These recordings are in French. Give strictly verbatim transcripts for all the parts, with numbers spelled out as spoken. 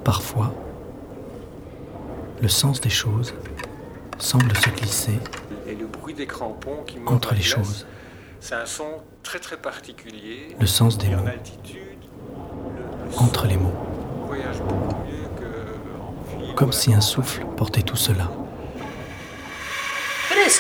parfois, le sens des choses semble se glisser et le bruit des crampons qui entre les glace, choses. C'est un son très très particulier. Le sens des et mots en altitude, le, le entre les mots, voyage beaucoup mieux qu'en ville. comme si un souffle portait tout cela. Presque.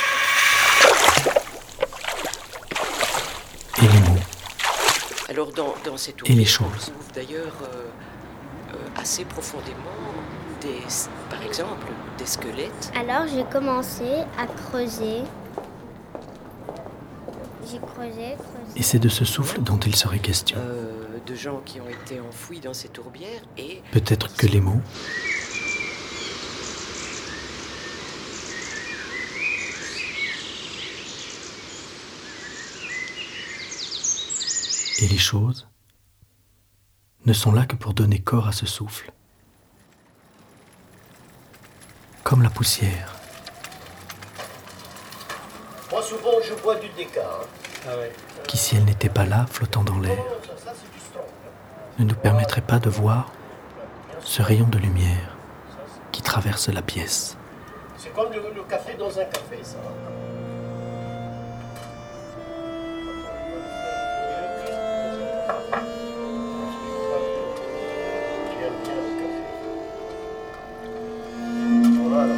Et les mots. Alors dans, dans cette Et les ouvrière, choses. on trouve d'ailleurs euh, euh, assez profondément des, par exemple, des squelettes. Alors j'ai commencé à creuser. J'ai creusé, creusé. Et c'est de ce souffle dont il serait question. Euh, de gens qui ont été enfouis dans ces tourbières et... Peut-être que les mots et les choses ne sont là que pour donner corps à ce souffle. Comme la poussière. Moi, souvent, je bois du déca. Hein. Ah ouais. Qui, si elle n'était pas là, flottant dans l'air, Ça, ça, c'est du strong. ne nous permettrait pas de voir ce rayon de lumière qui traverse la pièce. C'est comme le, le café dans un café, ça. J'aime bien le café. Voilà.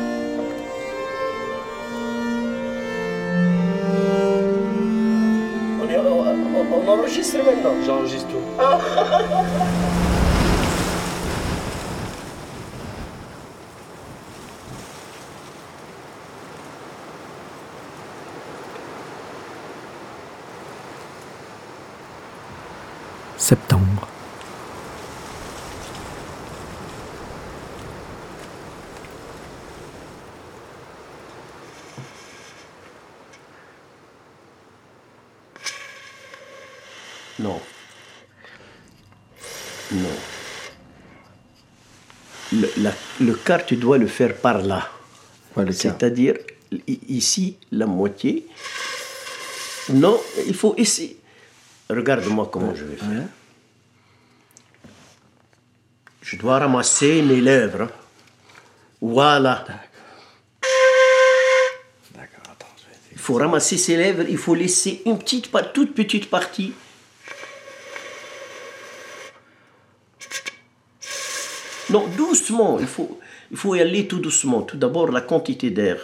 On, est, on, on, on enregistre maintenant. J'enregistre tout. Septembre. Non. Non. Le, la, le quart, tu dois le faire par là. Ouais, le C'est-à-dire, i- ici, la moitié. Non, il faut essayer. Regarde-moi comment je vais faire. Ouais. Je dois ramasser mes lèvres. Voilà. D'accord, attends, je vais essayer. Il faut ramasser ses lèvres, il faut laisser une petite, pa- toute petite partie. Non, doucement, il faut, il faut y aller tout doucement. Tout d'abord, la quantité d'air.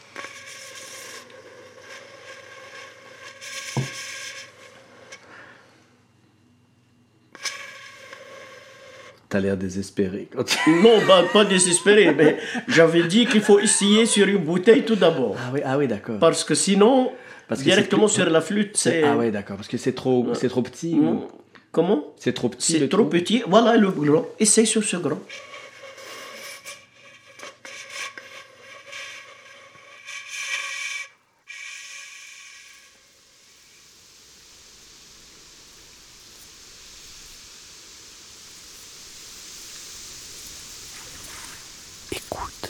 T'as l'air désespéré quand tu... Non, bah, pas désespéré, mais j'avais dit qu'il faut essayer sur une bouteille tout d'abord. Ah oui, ah oui, d'accord. Parce que sinon, Parce que directement c'est plus- sur la flûte, c'est... Ah oui, d'accord, parce que c'est trop, c'est trop petit. Hmm. ou- Comment? C'est trop petit. C'est le trop trou. petit. Voilà le grand. Essaye sur ce grand. Écoute.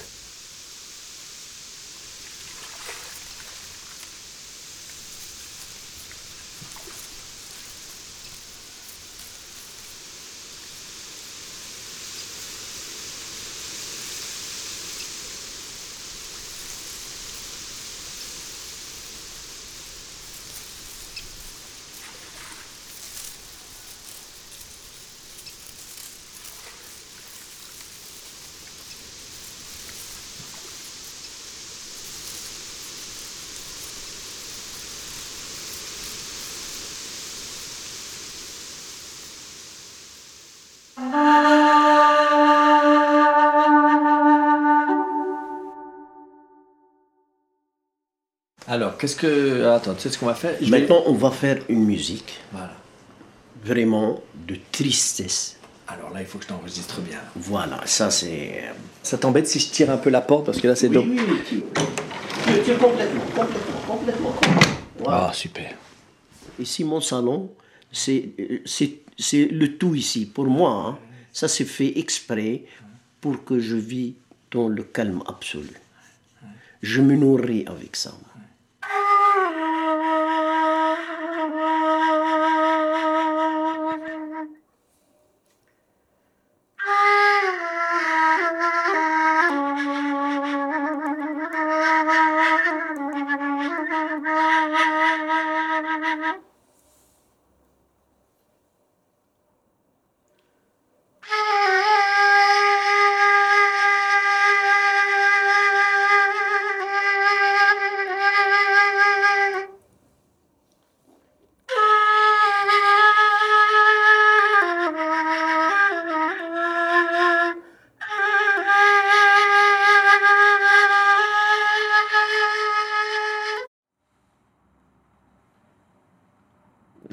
Alors, qu'est-ce que... ah, attends, tu sais ce qu'on va faire? Je vais- Maintenant, on va faire une musique Voilà. vraiment de tristesse. Alors là, il faut que je t'enregistre bien. Voilà, ça c'est... Ça t'embête si je tire un peu la porte parce que là, c'est Oui, donc... oui, oui, tu, tu tires complètement, complètement, complètement. Voilà. Ah, super. Ici, mon salon, c'est, euh, c'est, c'est le tout ici. Pour moi, hein, ça c'est fait exprès pour que je vis dans le calme absolu. Je me nourris avec ça.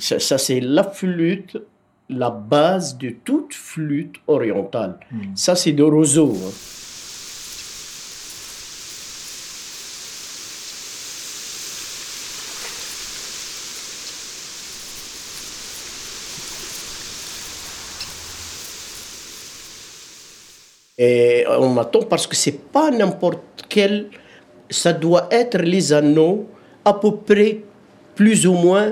Ça, ça, c'est la flûte, la base de toute flûte orientale. Mmh. Ça, c'est de roseau. Hein. Et on m'attend parce que c'est pas n'importe quel... Ça doit être les anneaux à peu près plus ou moins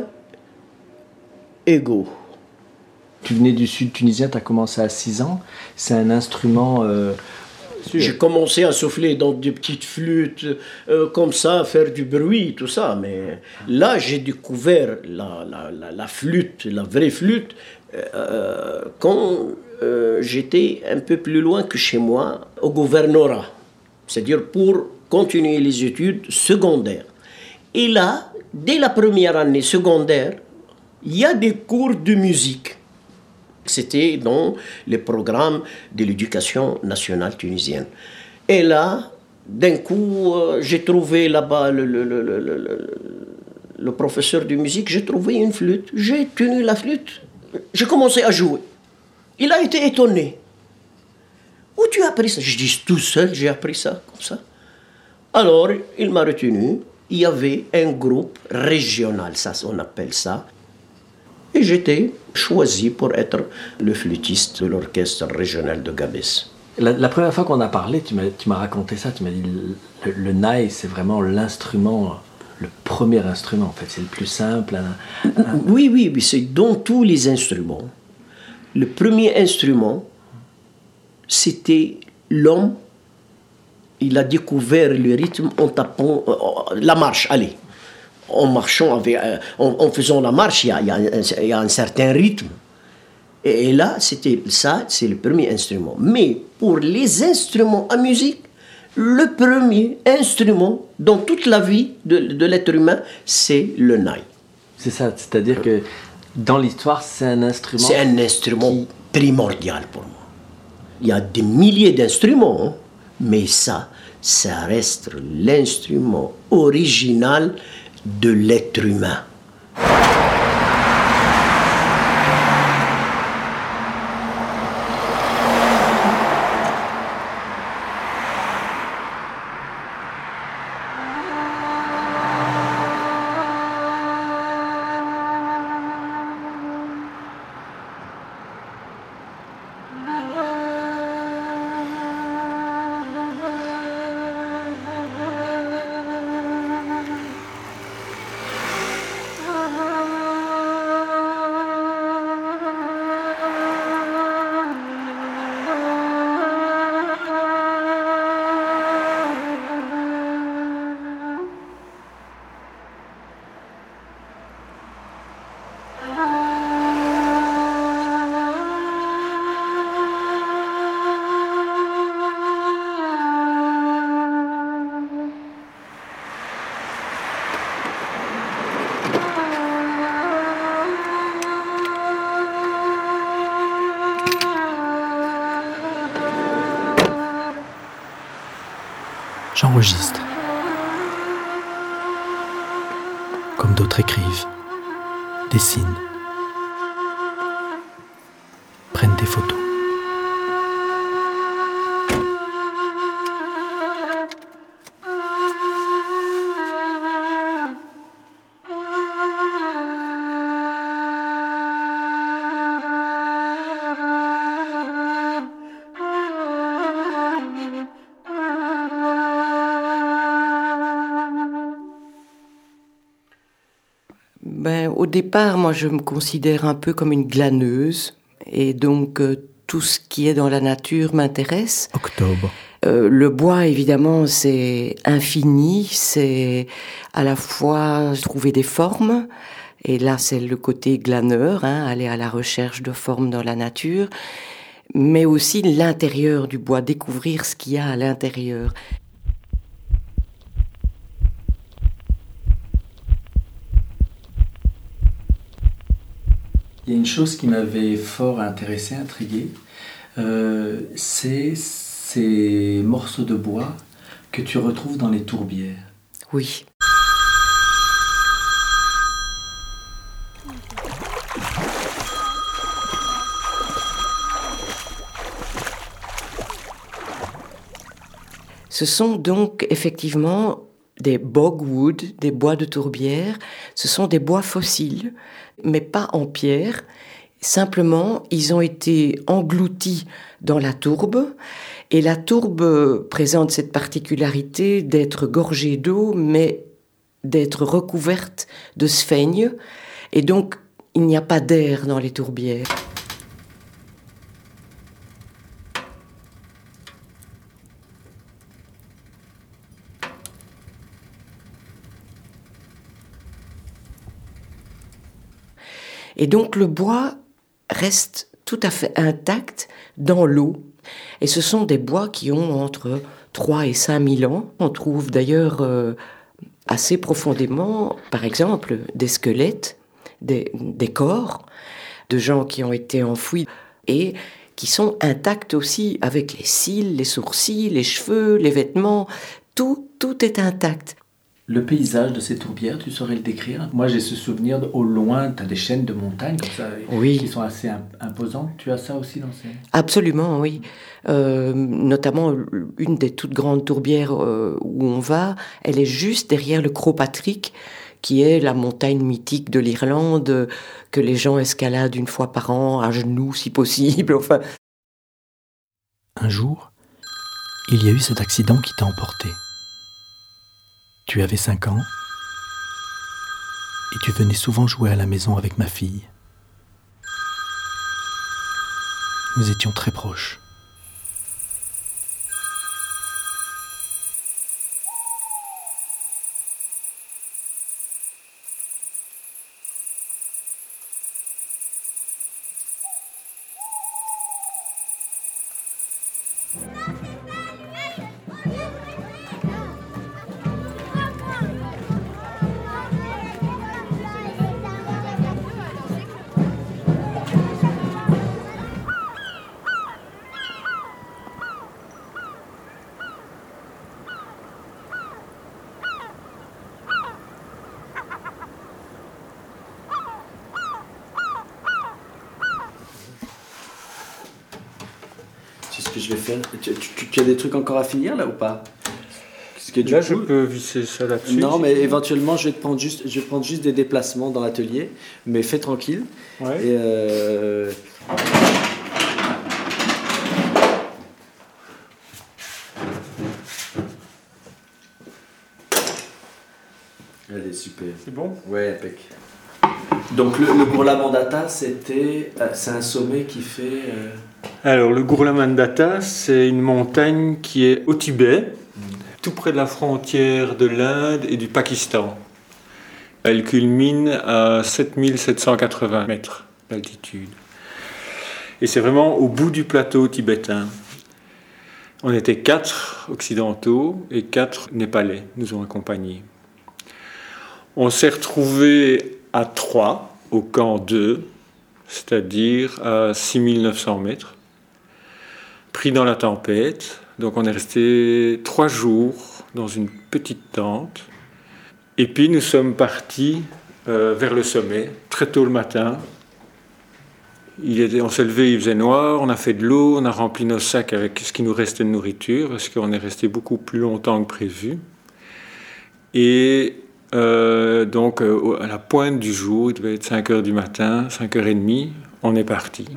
égaux. Tu venais du sud tunisien, tu as commencé à six ans. C'est un instrument... Euh, J'ai commencé à souffler dans des petites flûtes, euh, comme ça, faire du bruit, tout ça. Mais là, j'ai découvert la, la, la, la flûte, la vraie flûte, euh, quand euh, j'étais un peu plus loin que chez moi, au gouvernorat. C'est-à-dire pour continuer les études secondaires. Et là, dès la première année secondaire, il y a des cours de musique. C'était dans les programmes de l'éducation nationale tunisienne. Et là, d'un coup, euh, j'ai trouvé là-bas le, le, le, le, le, le professeur de musique, j'ai trouvé une flûte. J'ai tenu la flûte, j'ai commencé à jouer. Il a été étonné. Où tu as appris ça? Je dis tout seul, j'ai appris ça, comme ça. Alors, il m'a retenu. Il y avait un groupe régional, ça on appelle ça. Et j'étais choisi pour être le flûtiste de l'orchestre régional de Gabès. La, la première fois qu'on a parlé, tu m'as, tu m'as raconté ça, tu m'as dit le, le, le naï, c'est vraiment l'instrument, le premier instrument en fait, c'est le plus simple. Un, un... Oui, oui, oui, c'est dans tous les instruments. Le premier instrument, c'était l'homme. Il a découvert le rythme en tapant euh, la marche, allez. En marchant, avec, euh, en, en faisant la marche, il y a, il y a, un, il y a un certain rythme. Et, et là, c'était ça, c'est le premier instrument. Mais pour les instruments à musique, le premier instrument dans toute la vie de, de l'être humain, c'est le naï. C'est ça, c'est-à-dire que dans l'histoire, c'est un instrument... C'est un instrument qui... primordial pour moi. Il y a des milliers d'instruments, hein, mais ça, ça reste l'instrument original de l'être humain. J'enregistre. Comme d'autres écrivent, dessinent, prennent des photos. Ben, au départ, moi, je me considère un peu comme une glaneuse. Et donc, euh, tout ce qui est dans la nature m'intéresse. Octobre. Euh, le bois, évidemment, c'est infini. C'est à la fois trouver des formes. Et là, c'est le côté glaneur, hein, aller à la recherche de formes dans la nature. Mais aussi l'intérieur du bois, découvrir ce qu'il y a à l'intérieur. Il y a une chose qui m'avait fort intéressé, intrigué, euh, c'est ces morceaux de bois que tu retrouves dans les tourbières. Oui. Ce sont donc effectivement des bogwood, des bois de tourbière. Ce sont des bois fossiles, mais pas en pierre. Simplement, ils ont été engloutis dans la tourbe. Et la tourbe présente cette particularité d'être gorgée d'eau, mais d'être recouverte de sphaigne. Et donc, il n'y a pas d'air dans les tourbières. Et donc, le bois reste tout à fait intact dans l'eau. Et ce sont des bois qui ont entre trois et cinq mille ans. On trouve d'ailleurs euh, assez profondément, par exemple, des squelettes, des, des corps de gens qui ont été enfouis et qui sont intacts aussi avec les cils, les sourcils, les cheveux, les vêtements. Tout, tout est intact. Le paysage de ces tourbières, tu saurais le décrire? Moi, j'ai ce souvenir de, au loin, tu as des chaînes de montagnes comme ça, oui. qui sont assez imposantes. Tu as ça aussi dans ces... Absolument, oui. Euh, notamment, une des toutes grandes tourbières euh, où on va, elle est juste derrière le Croagh Patrick, qui est la montagne mythique de l'Irlande, que les gens escaladent une fois par an, à genoux si possible. Enfin. Un jour, il y a eu cet accident qui t'a emporté. Tu avais cinq ans et tu venais souvent jouer à la maison avec ma fille. Nous étions très proches. C'est ce que je vais faire. Tu, tu, tu as des trucs encore à finir là ou pas? Parce que, du Là, coup, je peux visser ça là-dessus. non, si mais tu veux. éventuellement, je vais, te prendre juste, je vais prendre juste des déplacements dans l'atelier, mais fais tranquille. Ouais. Et euh... Allez, super. C'est bon? Ouais, impec. Donc le, le Burla Mandata, c'était, euh, c'est un sommet qui fait... Euh... Alors, le Gurla Mandata, c'est une montagne qui est au Tibet, mmh. tout près de la frontière de l'Inde et du Pakistan. Elle culmine à sept mille sept cent quatre-vingts mètres d'altitude. Et c'est vraiment au bout du plateau tibétain. On était quatre occidentaux et quatre népalais nous ont accompagnés. On s'est retrouvés à trois, au camp deux, c'est-à-dire à six mille neuf cents mètres, pris dans la tempête. Donc on est resté trois jours dans une petite tente. Et puis nous sommes partis euh, vers le sommet, très tôt le matin. Il était, on s'est levé, il faisait noir, on a fait de l'eau, on a rempli nos sacs avec ce qui nous restait de nourriture, parce qu'on est resté beaucoup plus longtemps que prévu. Et euh, donc euh, à la pointe du jour, il devait être cinq heures du matin, cinq heures trente, on est parti.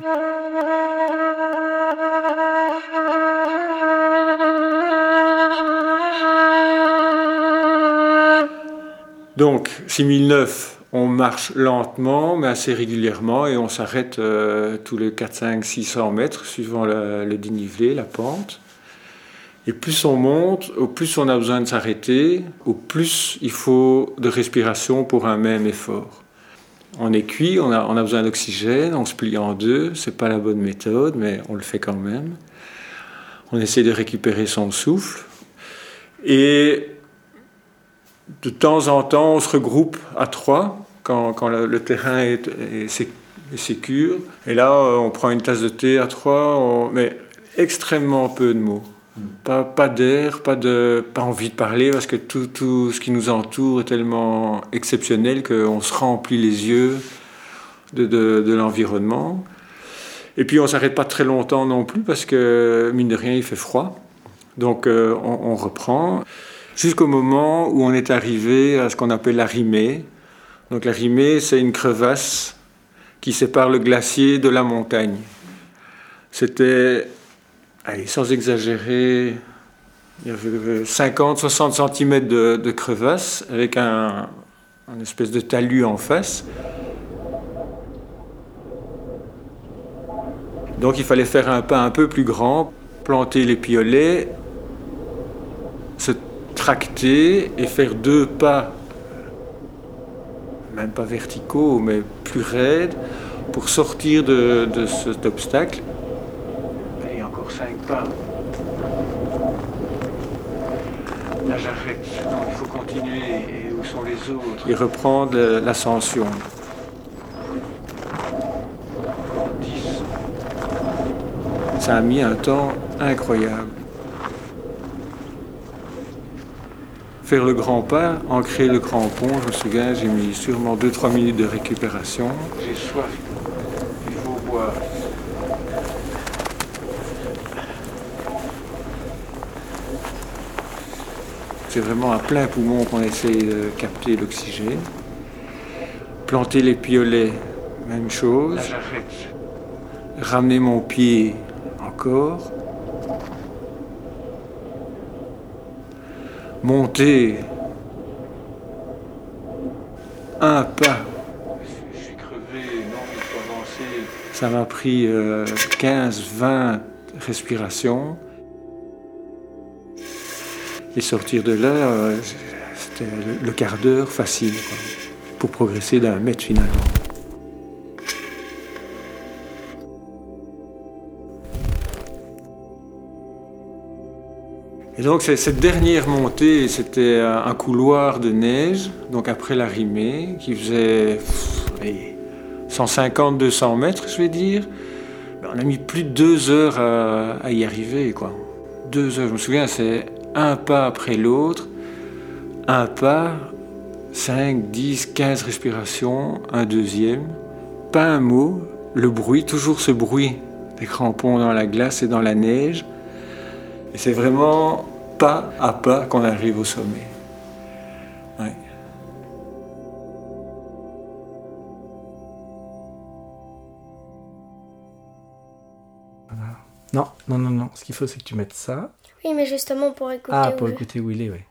Donc, six mille neuf, on marche lentement, mais assez régulièrement, et on s'arrête euh, tous les quatre, cinq, six cents mètres, suivant la, le dénivelé, la pente. Et plus on monte, au plus on a besoin de s'arrêter, au plus il faut de respiration pour un même effort. On est cuit, on a, on a besoin d'oxygène, on se plie en deux, c'est pas la bonne méthode, mais on le fait quand même. On essaie de récupérer son souffle. Et de temps en temps, on se regroupe à trois, quand, quand le, le terrain est, est, est sécure. Et là, on prend une tasse de thé à trois, on, mais extrêmement peu de mots. Pas, pas d'air, pas, de, pas envie de parler, parce que tout, tout ce qui nous entoure est tellement exceptionnel qu'on se remplit les yeux de, de, de l'environnement. Et puis on ne s'arrête pas très longtemps non plus, parce que, mine de rien, il fait froid. Donc euh, on, on reprend jusqu'au moment où on est arrivé à ce qu'on appelle la rimée. Donc la rimée, c'est une crevasse qui sépare le glacier de la montagne. C'était, allez, sans exagérer, il y avait cinquante à soixante centimètres de, de crevasse avec un, un espèce de talus en face. Donc il fallait faire un pas un peu plus grand, planter les piolets, se tracter et faire deux pas, même pas verticaux, mais plus raides, pour sortir de, de cet obstacle. Allez, encore cinq pas. Là j'arrête, non, il faut continuer. Et où sont les autres? Et reprendre l'ascension. dix. Ça a mis un temps incroyable. Faire le grand pas, ancrer le crampon, je me souviens, j'ai mis sûrement deux trois minutes de récupération. J'ai soif, il faut boire. C'est vraiment à plein poumon qu'on essaye de capter l'oxygène. Planter les piolets, même chose. Là, j'arrête. Ramener mon pied encore. Monter un pas. Je suis crevé, non, il faut avancer. Ça m'a pris euh, quinze vingt respirations. Et sortir de là, euh, c'était le, le quart d'heure facile, quoi, pour progresser d'un mètre finalement. Et donc cette dernière montée, c'était un couloir de neige, donc après la rimée, qui faisait pff, allez, cent cinquante à deux cents mètres, je vais dire. On a mis plus de deux heures à, à y arriver, quoi. Deux heures, je me souviens, c'est un pas après l'autre, un pas, cinq, dix, quinze respirations, un deuxième, pas un mot, le bruit, toujours ce bruit des crampons dans la glace et dans la neige. Et c'est vraiment pas à pas qu'on arrive au sommet. Ouais. Voilà. Non, non, non, non. Ce qu'il faut, c'est que tu mettes ça. Oui, mais justement pour écouter. Ah, pour où écouter où il est, oui.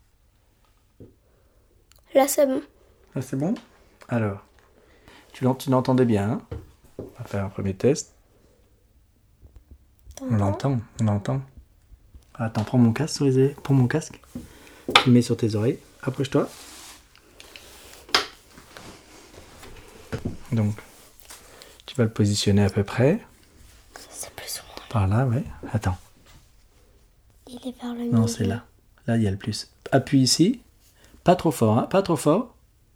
Là, c'est bon. Là, c'est bon? Alors, tu l'ent- tu l'entendais bien, hein? On va faire un premier test. On l'entend, on l'entend. Attends, prends mon casque sur les oreilles. Prends mon casque. Tu le mets sur tes oreilles. Approche-toi. Donc, tu vas le positionner à peu près. C'est plus ou moins. Par là, ouais. Attends. Il est vers le milieu. Non, c'est là. Là, il y a le plus. Appuie ici. Pas trop fort, hein. Pas trop fort.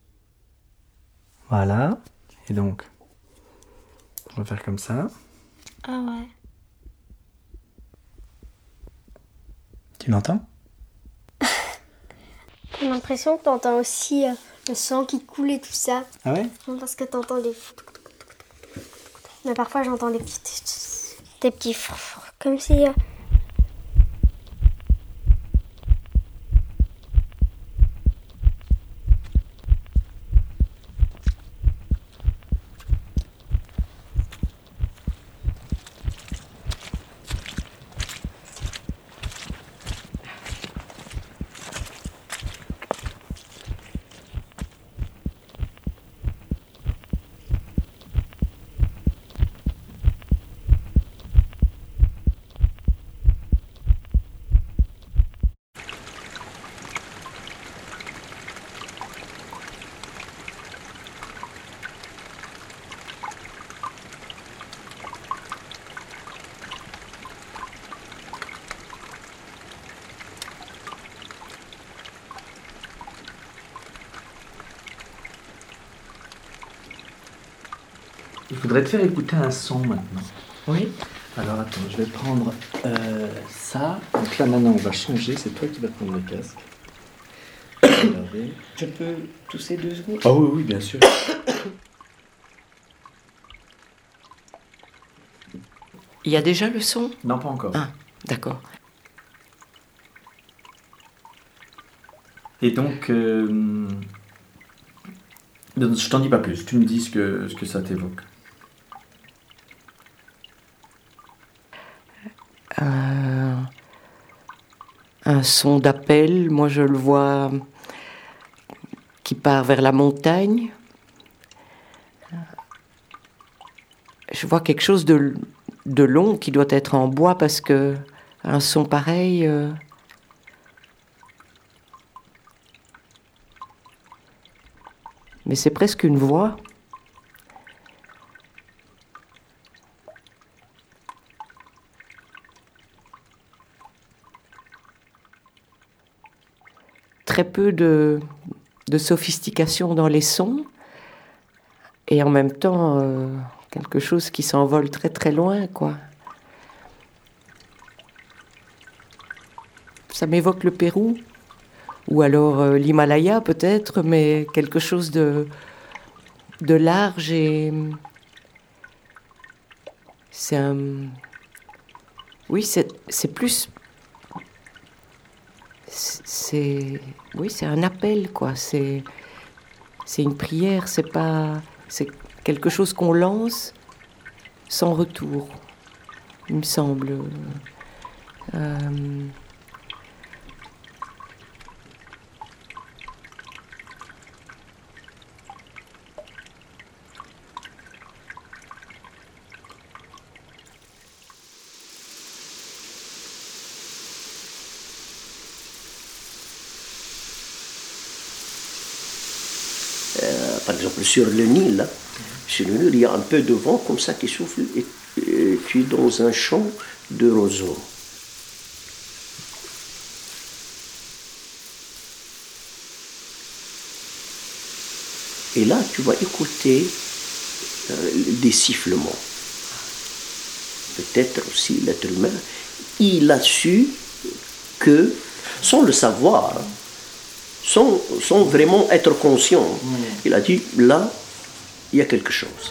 Voilà. Et donc, on va faire comme ça. Ah ouais. Tu l'entends? J'ai l'impression que t'entends aussi euh, le sang qui coule et tout ça. Ah ouais? Non, parce que t'entends des... Mais parfois j'entends des petits... Des petits... frrr, comme si... euh, Il faudrait te faire écouter un son maintenant. Oui. Alors attends, je vais prendre euh, ça. Donc là maintenant on va changer, c'est toi qui vas prendre le casque. Regardez. Je peux tousser deux secondes? Ah oui, oui, bien sûr. Il y a déjà le son? Non, pas encore. Ah, d'accord. Et donc, euh, je t'en dis pas plus, tu me dis ce que, ce que ça t'évoque. Un, un son d'appel, moi je le vois qui part vers la montagne. Je vois quelque chose de, de long qui doit être en bois parce que un son pareil... Euh, mais c'est presque une voix. Très peu de, de sophistication dans les sons et en même temps euh, quelque chose qui s'envole très très loin, quoi. Ça m'évoque le Pérou ou alors euh, l'Himalaya peut-être, mais quelque chose de, de large et c'est un... Oui, c'est, c'est plus... C'est... Oui, c'est un appel, quoi. C'est, c'est une prière, c'est pas... C'est quelque chose qu'on lance sans retour, il me semble. Euh... Euh, par exemple, sur le Nil, là, sur le Nil, il y a un peu de vent comme ça qui souffle et, et tu es dans un champ de roseaux. Et là, tu vas écouter euh, des sifflements. Peut-être aussi l'être humain, il a su que, sans le savoir, sans, sans vraiment être conscient, mmh. il a dit, là, il y a quelque chose.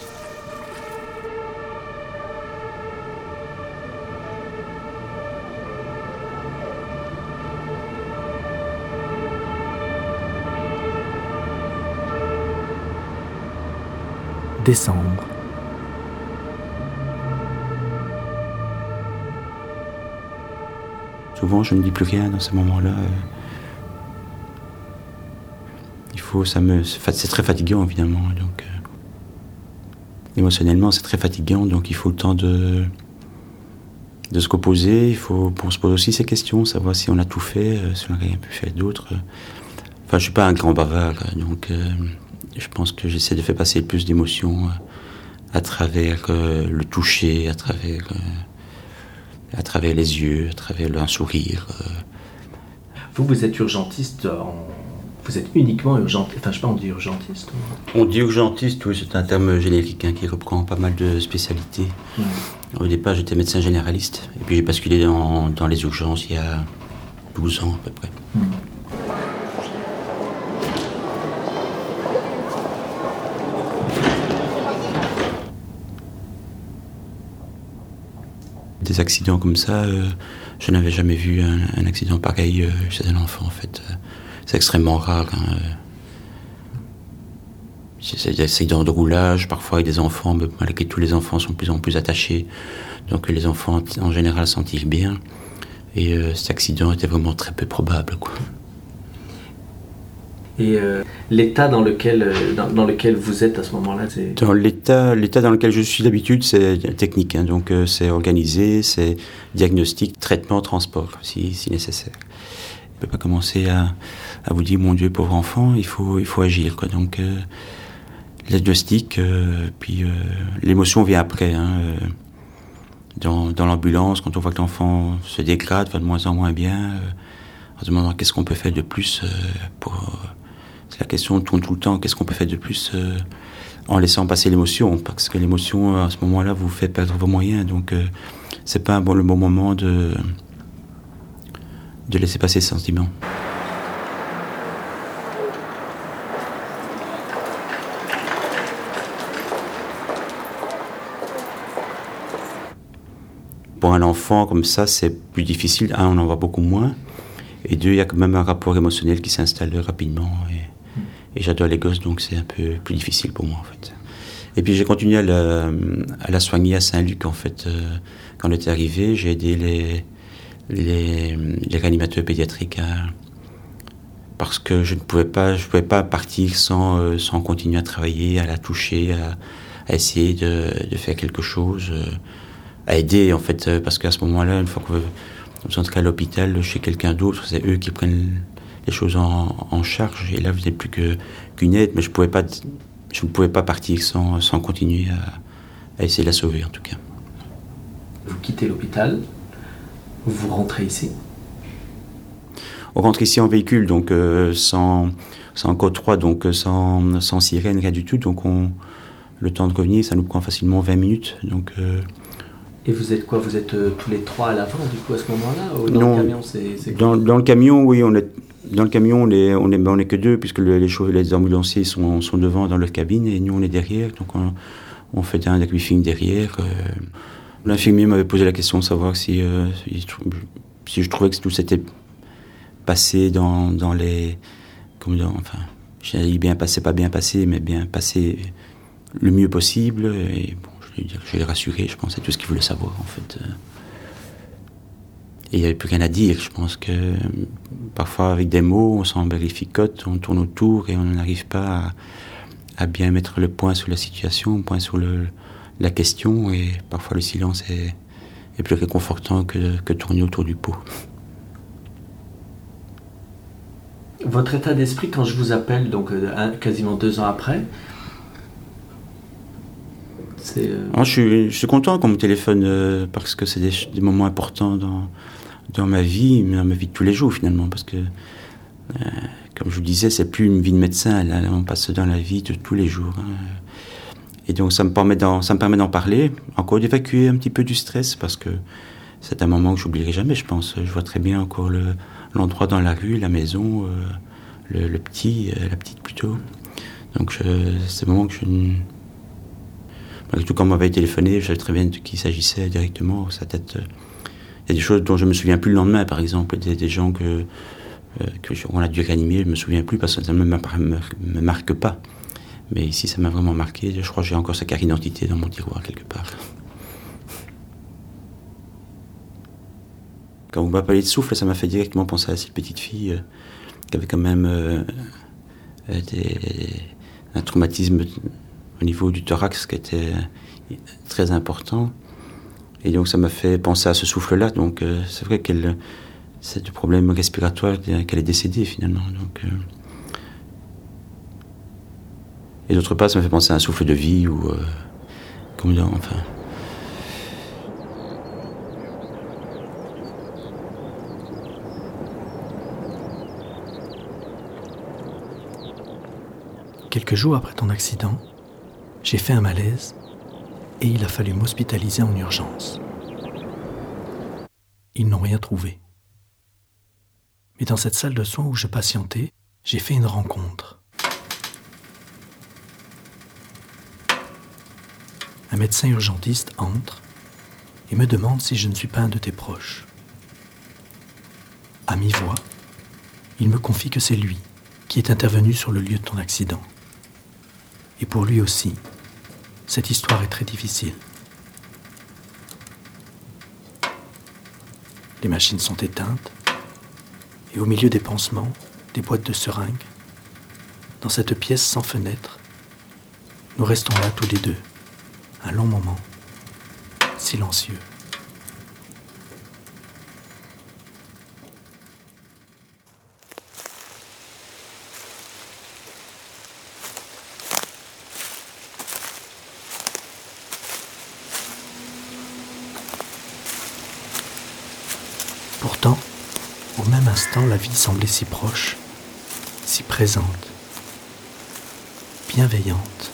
Décembre. Souvent, je ne dis plus rien dans ces moments-là. Il faut, ça me, c'est très fatigant, évidemment. Donc, euh, émotionnellement, c'est très fatigant. Donc, il faut le temps de, de se reposer. Il faut, on se pose aussi ces questions, savoir si on a tout fait, si on n'a rien pu faire d'autre. Enfin, je ne suis pas un grand bavard, donc euh, je pense que j'essaie de faire passer le plus d'émotions à travers euh, le toucher, à travers... Euh, à travers les yeux, à travers un sourire. Vous, vous êtes urgentiste, en... vous êtes uniquement urgentiste, enfin je sais pas, on dit urgentiste ou... On dit urgentiste, oui, c'est un terme générique hein, qui reprend pas mal de spécialités. Mmh. Au départ, j'étais médecin généraliste, et puis j'ai basculé dans, dans les urgences il y a douze ans à peu près. Mmh. Des accidents comme ça, euh, je n'avais jamais vu un, un accident pareil euh, chez un enfant en fait. Euh, c'est extrêmement rare. Hein, euh. C'est des accidents de roulage, parfois avec des enfants, mais malgré tout les enfants sont de plus en plus attachés. Donc les enfants en général s'en tirent bien. Et euh, cet accident était vraiment très peu probable, quoi. Et euh, l'état dans lequel, dans, dans lequel vous êtes à ce moment-là, c'est... Dans l'état, l'état dans lequel je suis d'habitude, c'est technique. Hein, donc euh, c'est organisé, c'est diagnostic, traitement, transport, si, si nécessaire. On ne peut pas commencer à, à vous dire, mon Dieu, pauvre enfant, il faut, il faut agir, quoi. Donc euh, diagnostic, euh, puis euh, l'émotion vient après. Hein, euh, dans, dans l'ambulance, quand on voit que l'enfant se dégrade, va de moins en moins bien, euh, en se demandant qu'est-ce qu'on peut faire de plus euh, pour... Euh, c'est la question tourne tout le temps, qu'est-ce qu'on peut faire de plus euh, en laissant passer l'émotion, parce que l'émotion, à ce moment-là, vous fait perdre vos moyens, donc euh, c'est pas bon, le bon moment de, de laisser passer ce sentiment. Pour un enfant comme ça, c'est plus difficile. Un, on en voit beaucoup moins. Et deux, il y a quand même un rapport émotionnel qui s'installe rapidement. Et, et j'adore les gosses, donc c'est un peu plus difficile pour moi, en fait. Et puis j'ai continué à la, à la soigner à Saint-Luc, en fait. Euh, quand on était arrivé, j'ai aidé les, les, les réanimateurs pédiatriques à, parce que je ne pouvais pas, je pouvais pas partir sans, euh, sans continuer à travailler, à la toucher, à, à essayer de, de faire quelque chose, euh, à aider, en fait, euh, parce qu'à ce moment-là, une fois qu'on on entrait à l'hôpital chez quelqu'un d'autre, c'est eux qui prennent les choses en, en charge, et là, vous n'êtes plus que, qu'une aide, mais je pouvais pas, je ne pouvais pas partir sans, sans continuer à, à essayer de la sauver, en tout cas. Vous quittez l'hôpital, vous rentrez ici. On rentre ici en véhicule, donc euh, sans, sans code trois, donc sans, sans sirène, rien du tout. Donc on, le temps de revenir, ça nous prend facilement vingt minutes. Donc, euh... Et vous êtes quoi? Vous êtes euh, tous les trois à l'avant, du coup, à ce moment-là? Ou dans non, le camion, c'est, c'est dans, dans le camion, oui, on est, dans le camion, on est, on est, ben, on est que deux, puisque le, les, choses, les ambulanciers sont, sont devant dans leur cabine, et nous, on est derrière. Donc on, on fait un debriefing derrière. Euh, l'infirmier m'avait posé la question de savoir si, euh, si, si je trouvais que tout s'était passé dans, dans les... Comme dans, enfin, j'ai dit bien passé, pas bien passé, mais bien passé le mieux possible. Et bon, je vais dire, je l'ai rassuré, je pense, c'est tout ce qu'il voulait savoir, en fait. Et il n'y avait plus rien à dire. Je pense que parfois, avec des mots, on s'en vérificote, on tourne autour et on n'arrive pas à, à bien mettre le point sur la situation, le point sur le, la question. Et parfois, le silence est, est plus réconfortant que, que tourner autour du pot. Votre état d'esprit, quand je vous appelle, donc euh, quasiment deux ans après, c'est... Euh... Ah, je, suis, je suis content qu'on me téléphone euh, parce que c'est des, des moments importants dans, dans ma vie, dans ma vie de tous les jours finalement, parce que, euh, comme je vous disais, c'est plus une vie de médecin, là, on passe dans la vie de tous les jours. Hein. Et donc ça me permet d'en, ça me permet d'en parler, encore d'évacuer un petit peu du stress, parce que c'est un moment que j'oublierai jamais, je pense. Je vois très bien encore le... l'endroit dans la rue, la maison, euh, le, le petit, euh, la petite plutôt. Donc je, c'est le moment que je... Malgré tout, quand on m'avait téléphoné, je savais très bien de qui il s'agissait directement. Sa tête, il euh, y a des choses dont je ne me souviens plus le lendemain, par exemple. Des, des gens que, euh, que je, on a dû réanimer, je ne me souviens plus parce que ça ne me, me, me marque pas. Mais ici, ça m'a vraiment marqué. Je crois que j'ai encore sa carte d'identité dans mon tiroir quelque part. Quand vous m'appelez de souffle, ça m'a fait directement penser à cette petite fille euh, qui avait quand même euh, des, un traumatisme au niveau du thorax qui était très important. Et donc ça m'a fait penser à ce souffle-là. Donc euh, c'est vrai qu'elle, c'est du problème respiratoire qu'elle est décédée finalement. Donc, euh, et d'autre part, ça m'a fait penser à un souffle de vie ou euh, comme dans, enfin. Quelques jours après ton accident, j'ai fait un malaise et il a fallu m'hospitaliser en urgence. Ils n'ont rien trouvé. Mais dans cette salle de soins où je patientais, j'ai fait une rencontre. Un médecin urgentiste entre et me demande si je ne suis pas un de tes proches. À mi-voix, il me confie que c'est lui qui est intervenu sur le lieu de ton accident. Et pour lui aussi, cette histoire est très difficile. Les machines sont éteintes, et au milieu des pansements, des boîtes de seringues, dans cette pièce sans fenêtre, nous restons là tous les deux, un long moment, silencieux. Pourtant, au même instant, la vie semblait si proche, si présente, bienveillante.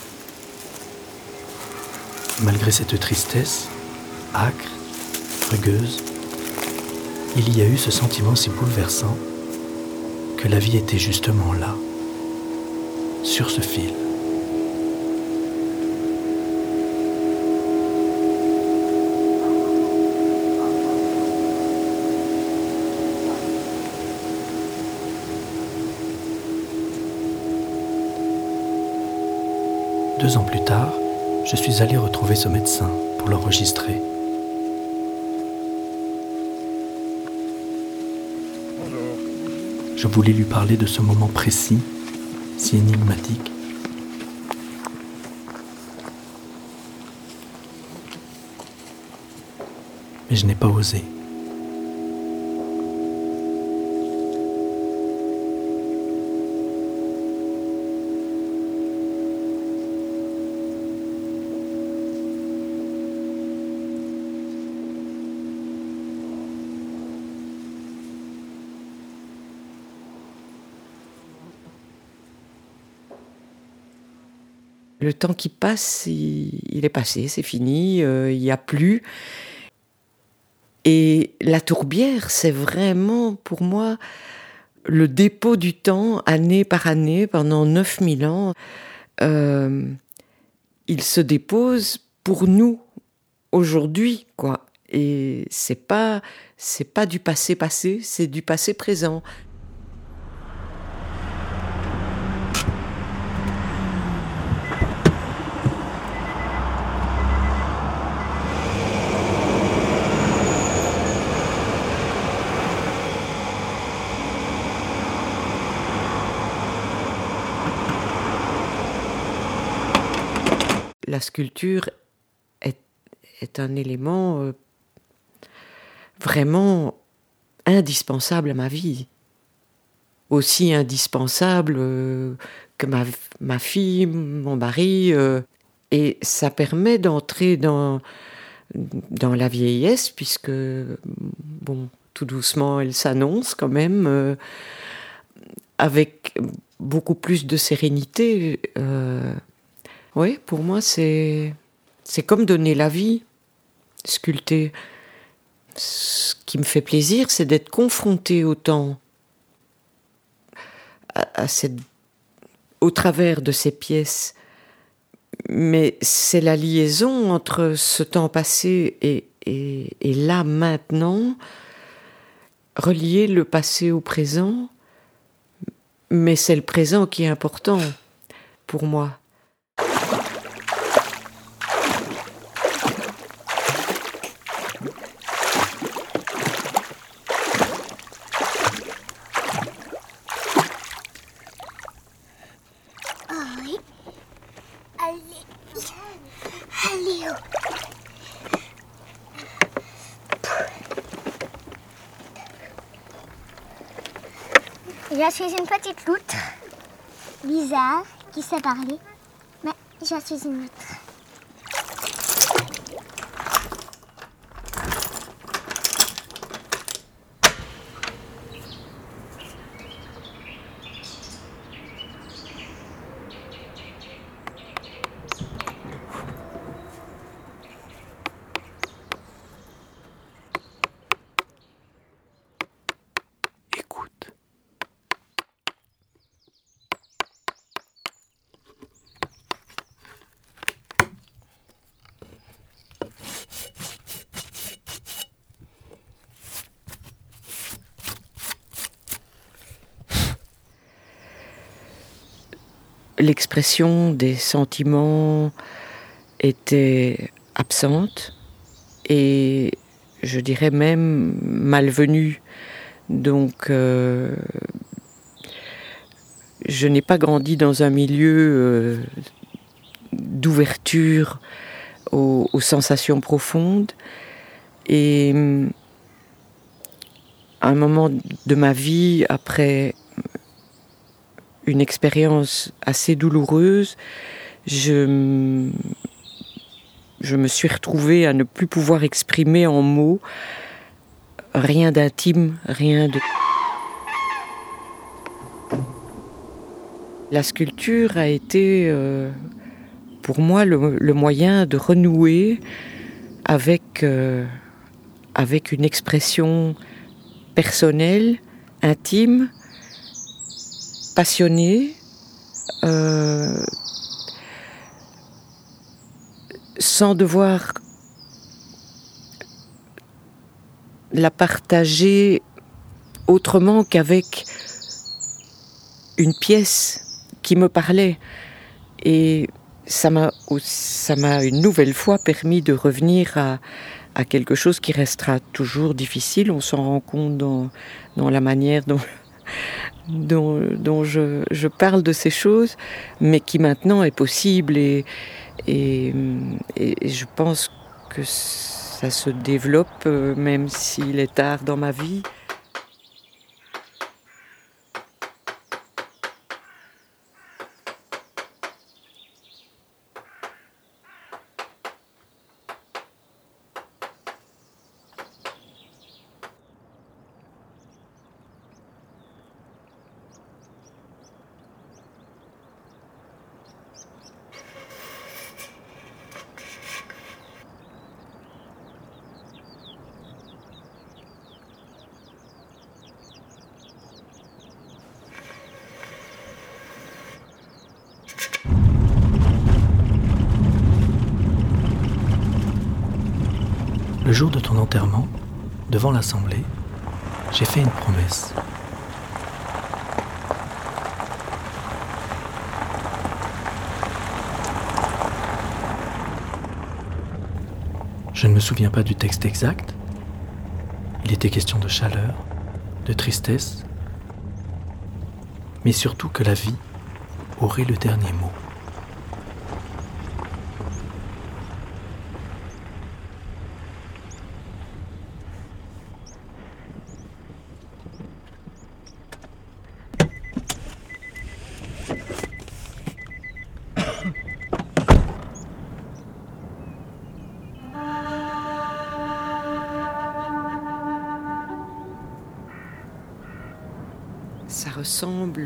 Malgré cette tristesse, âcre, rugueuse, il y a eu ce sentiment si bouleversant que la vie était justement là, sur ce fil. Deux ans plus tard, je suis allé retrouver ce médecin pour l'enregistrer. Je voulais lui parler de ce moment précis, si énigmatique. Mais je n'ai pas osé. Le temps qui passe, il, il est passé, c'est fini, euh, il n'y a plus. Et la tourbière, c'est vraiment pour moi le dépôt du temps, année par année, pendant neuf mille ans. Euh, il se dépose pour nous, aujourd'hui, quoi. Et c'est pas, c'est pas du passé passé, c'est du passé présent. La sculpture est, est un élément euh, vraiment indispensable à ma vie. Aussi indispensable euh, que ma, ma fille, mon mari. Euh, et ça permet d'entrer dans, dans la vieillesse, puisque, bon, tout doucement, elle s'annonce quand même, euh, avec beaucoup plus de sérénité. Euh, Oui, pour moi, c'est, c'est comme donner la vie, sculpter. Ce qui me fait plaisir, c'est d'être confronté au temps, à, à cette, au travers de ces pièces. Mais c'est la liaison entre ce temps passé et, et, et là, maintenant, relier le passé au présent, mais c'est le présent qui est important pour moi. Je suis une petite loutre bizarre qui sait parler, mais je suis une loutre. L'expression des sentiments était absente et je dirais même malvenue. Donc euh, je n'ai pas grandi dans un milieu euh, d'ouverture aux, aux sensations profondes. Et à un moment de ma vie, après une expérience assez douloureuse, je, je me suis retrouvée à ne plus pouvoir exprimer en mots rien d'intime, rien de... La sculpture a été euh, pour moi le, le moyen de renouer avec, euh, avec une expression personnelle, intime, passionnée, euh, sans devoir la partager autrement qu'avec une pièce qui me parlait. Et ça m'a, ça m'a une nouvelle fois permis de revenir à, à quelque chose qui restera toujours difficile. On s'en rend compte dans, dans la manière dont, dont, dont je, je parle de ces choses, mais qui maintenant est possible. Et, et, et je pense que ça se développe, même s'il est tard dans ma vie. Le jour de ton enterrement, devant l'assemblée, j'ai fait une promesse. Je ne me souviens pas du texte exact. Il était question de chaleur, de tristesse, mais surtout que la vie aurait le dernier mot. Ça ressemble...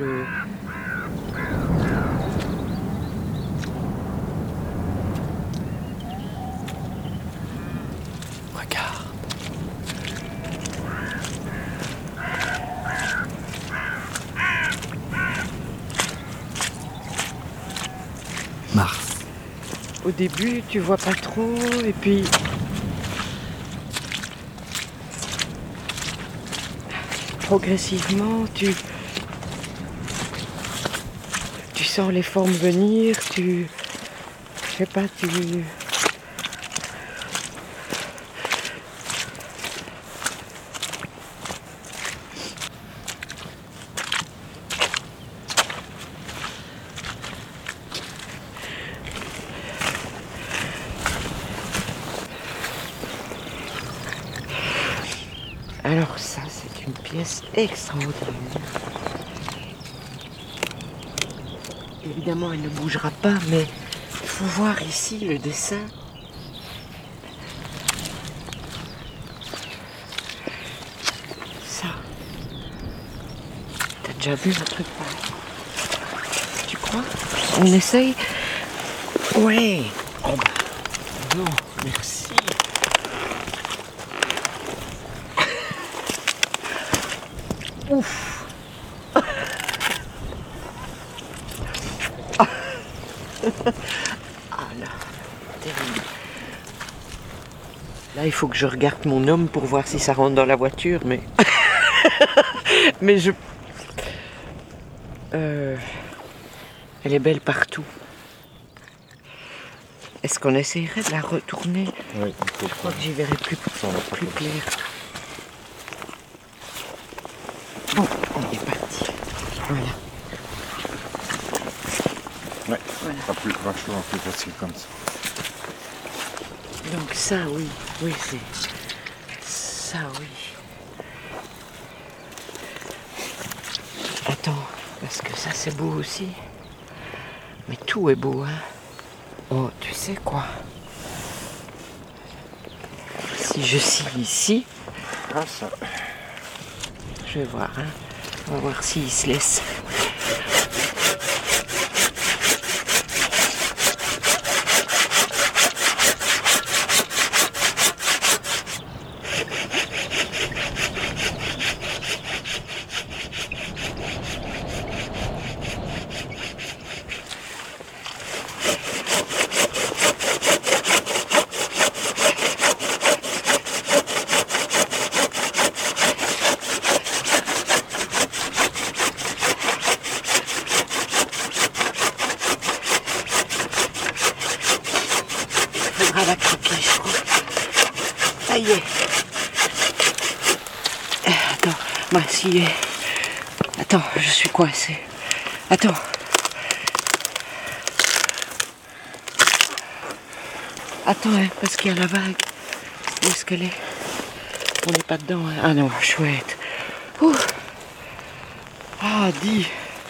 Regarde. Mars. Au début, tu vois pas trop, et puis... progressivement, tu... tu sens les formes venir, tu... je sais pas, tu... Alors ça, c'est une pièce extraordinaire. Évidemment, elle ne bougera pas, mais il faut voir ici le dessin. Ça. T'as déjà vu un truc pareil? Tu crois? On essaye? Ouais. Oh bah, non, merci. Ouf. Ah là, terrible. Là, il faut que je regarde mon homme pour voir si ça rentre dans la voiture, mais... mais je... Euh... Elle est belle partout. Est-ce qu'on essayerait de la retourner? Oui, je crois que j'y verrai plus, plus clair. Bon, on est parti. Voilà. Ouais, voilà. Ça plus, vachement plus facile comme ça. Donc ça, oui, oui, c'est... Ça, oui. Attends, parce que ça, c'est beau aussi. Mais tout est beau, hein. Oh, tu sais quoi? Si je signe ici... Ah, ça... Je vais voir, hein. On va voir s'il se laisse. Ça y est. Attends, moi, si... Attends, je suis coincée. Attends. Attends, hein, parce qu'il y a la vague. Où est-ce qu'elle est? On n'est pas dedans, hein. Ah non, chouette. Ouh. Ah, dis.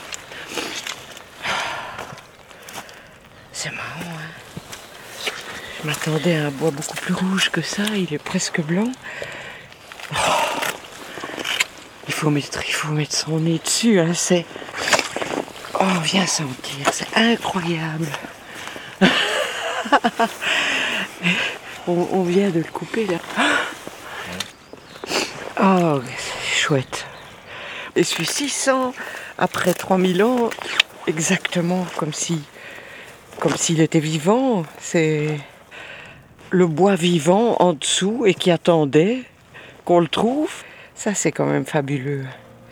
C'est marrant, hein. Je m'attendais à un bois beaucoup plus rouge que ça. Il est presque blanc. Oh. Il faut mettre, il faut mettre son nez dessus, hein. C'est... Oh, viens sentir. C'est incroyable. on, on vient de le couper, là. Oh, c'est chouette. Et suis six cents après trois mille ans, exactement comme si, comme s'il était vivant. C'est le bois vivant en dessous et qui attendait qu'on le trouve. Ça, c'est quand même fabuleux.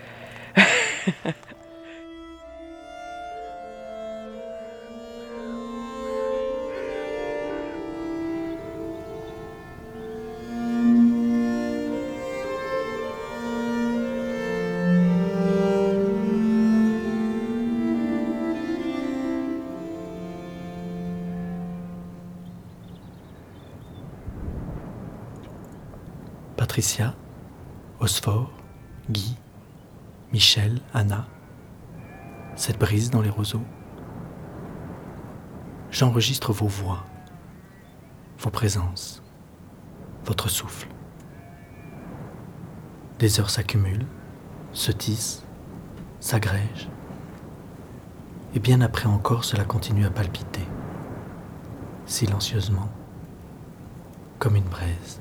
Patricia, Osphore, Guy, Michel, Anna, cette brise dans les roseaux. J'enregistre vos voix, vos présences, votre souffle. Des heures s'accumulent, se tissent, s'agrègent. Et bien après encore, cela continue à palpiter, silencieusement, comme une braise.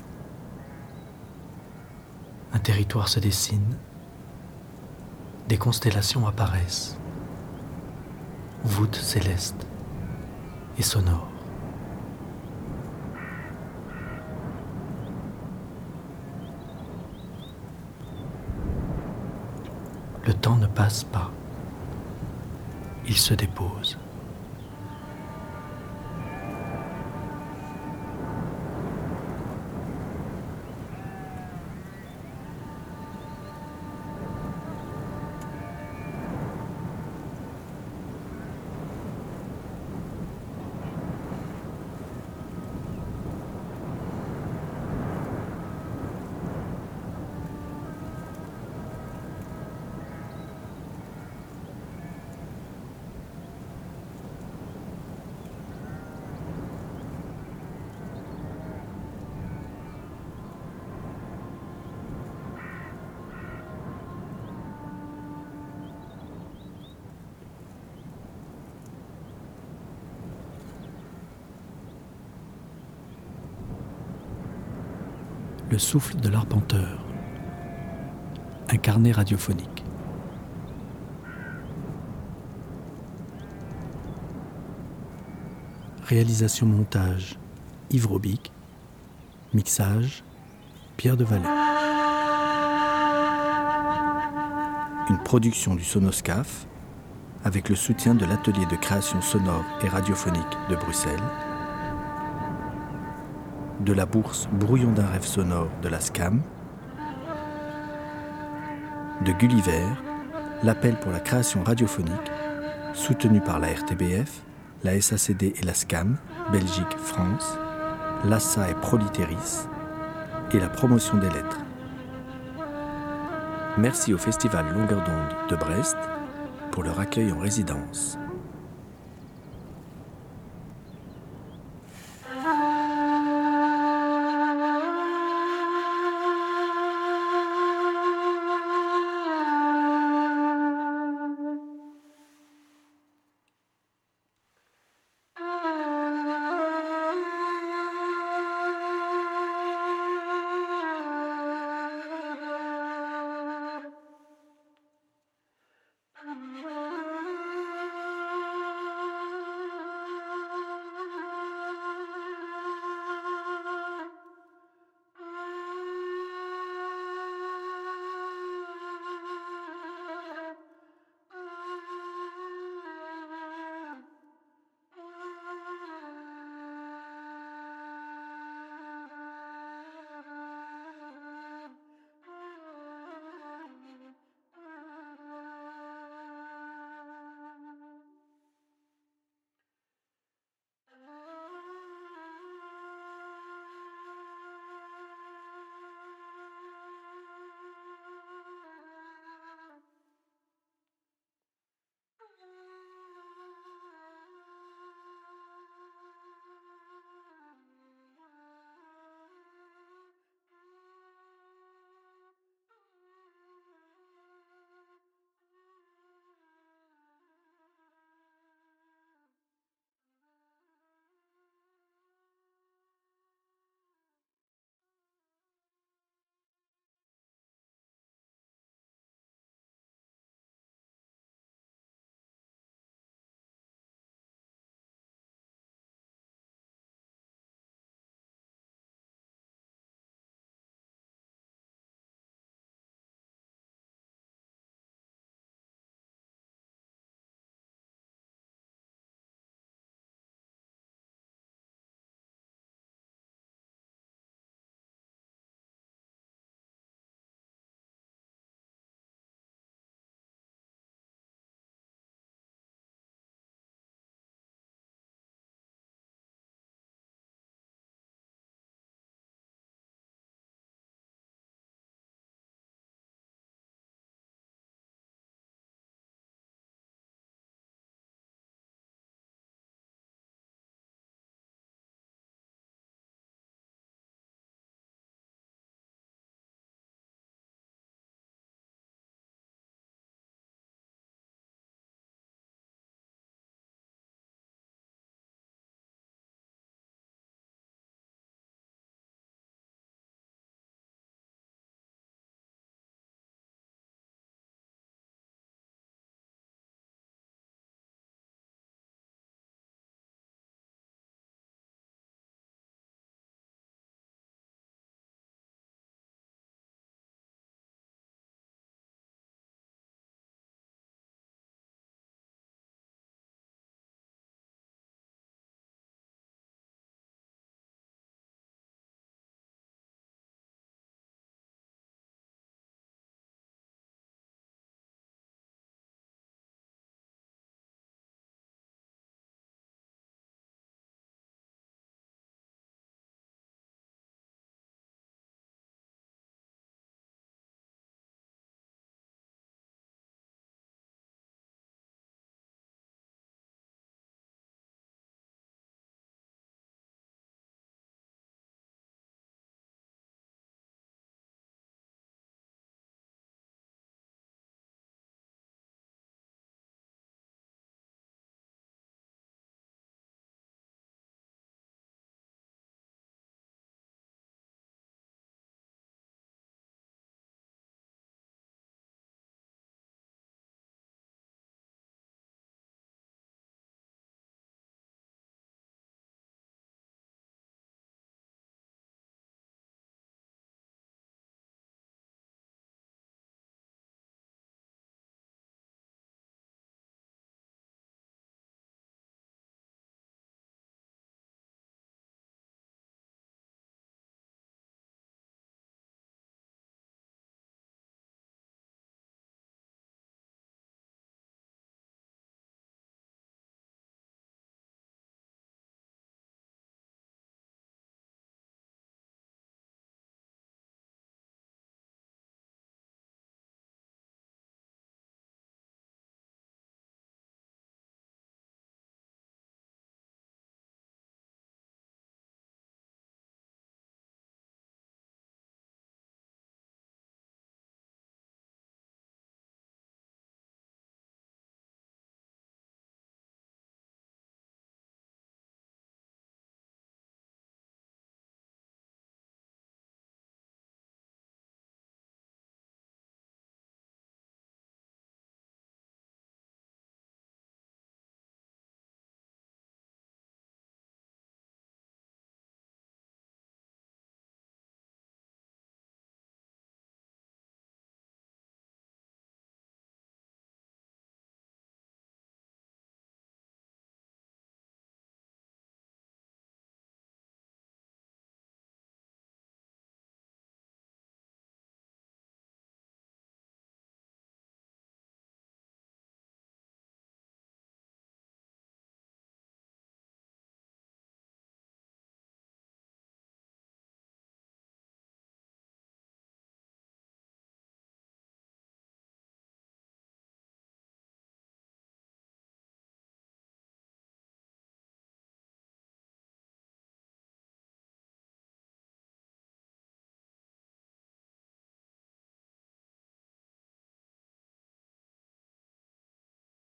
Un territoire se dessine, des constellations apparaissent, voûtes célestes et sonores. Le temps ne passe pas, il se dépose. Le souffle de l'arpenteur, un carnet radiophonique. Réalisation montage, Yves Robic. Mixage, Pierre de Vallée. Une production du Sonoscaf avec le soutien de l'atelier de création sonore et radiophonique de Bruxelles, de la bourse Brouillon d'un rêve sonore de la SCAM, de Gulliver, l'appel pour la création radiophonique, soutenu par la R T B F, la S A C D et la SCAM, Belgique, France, l'A S A et Proliteris, et la promotion des lettres. Merci au Festival Longueur d'onde de Brest pour leur accueil en résidence.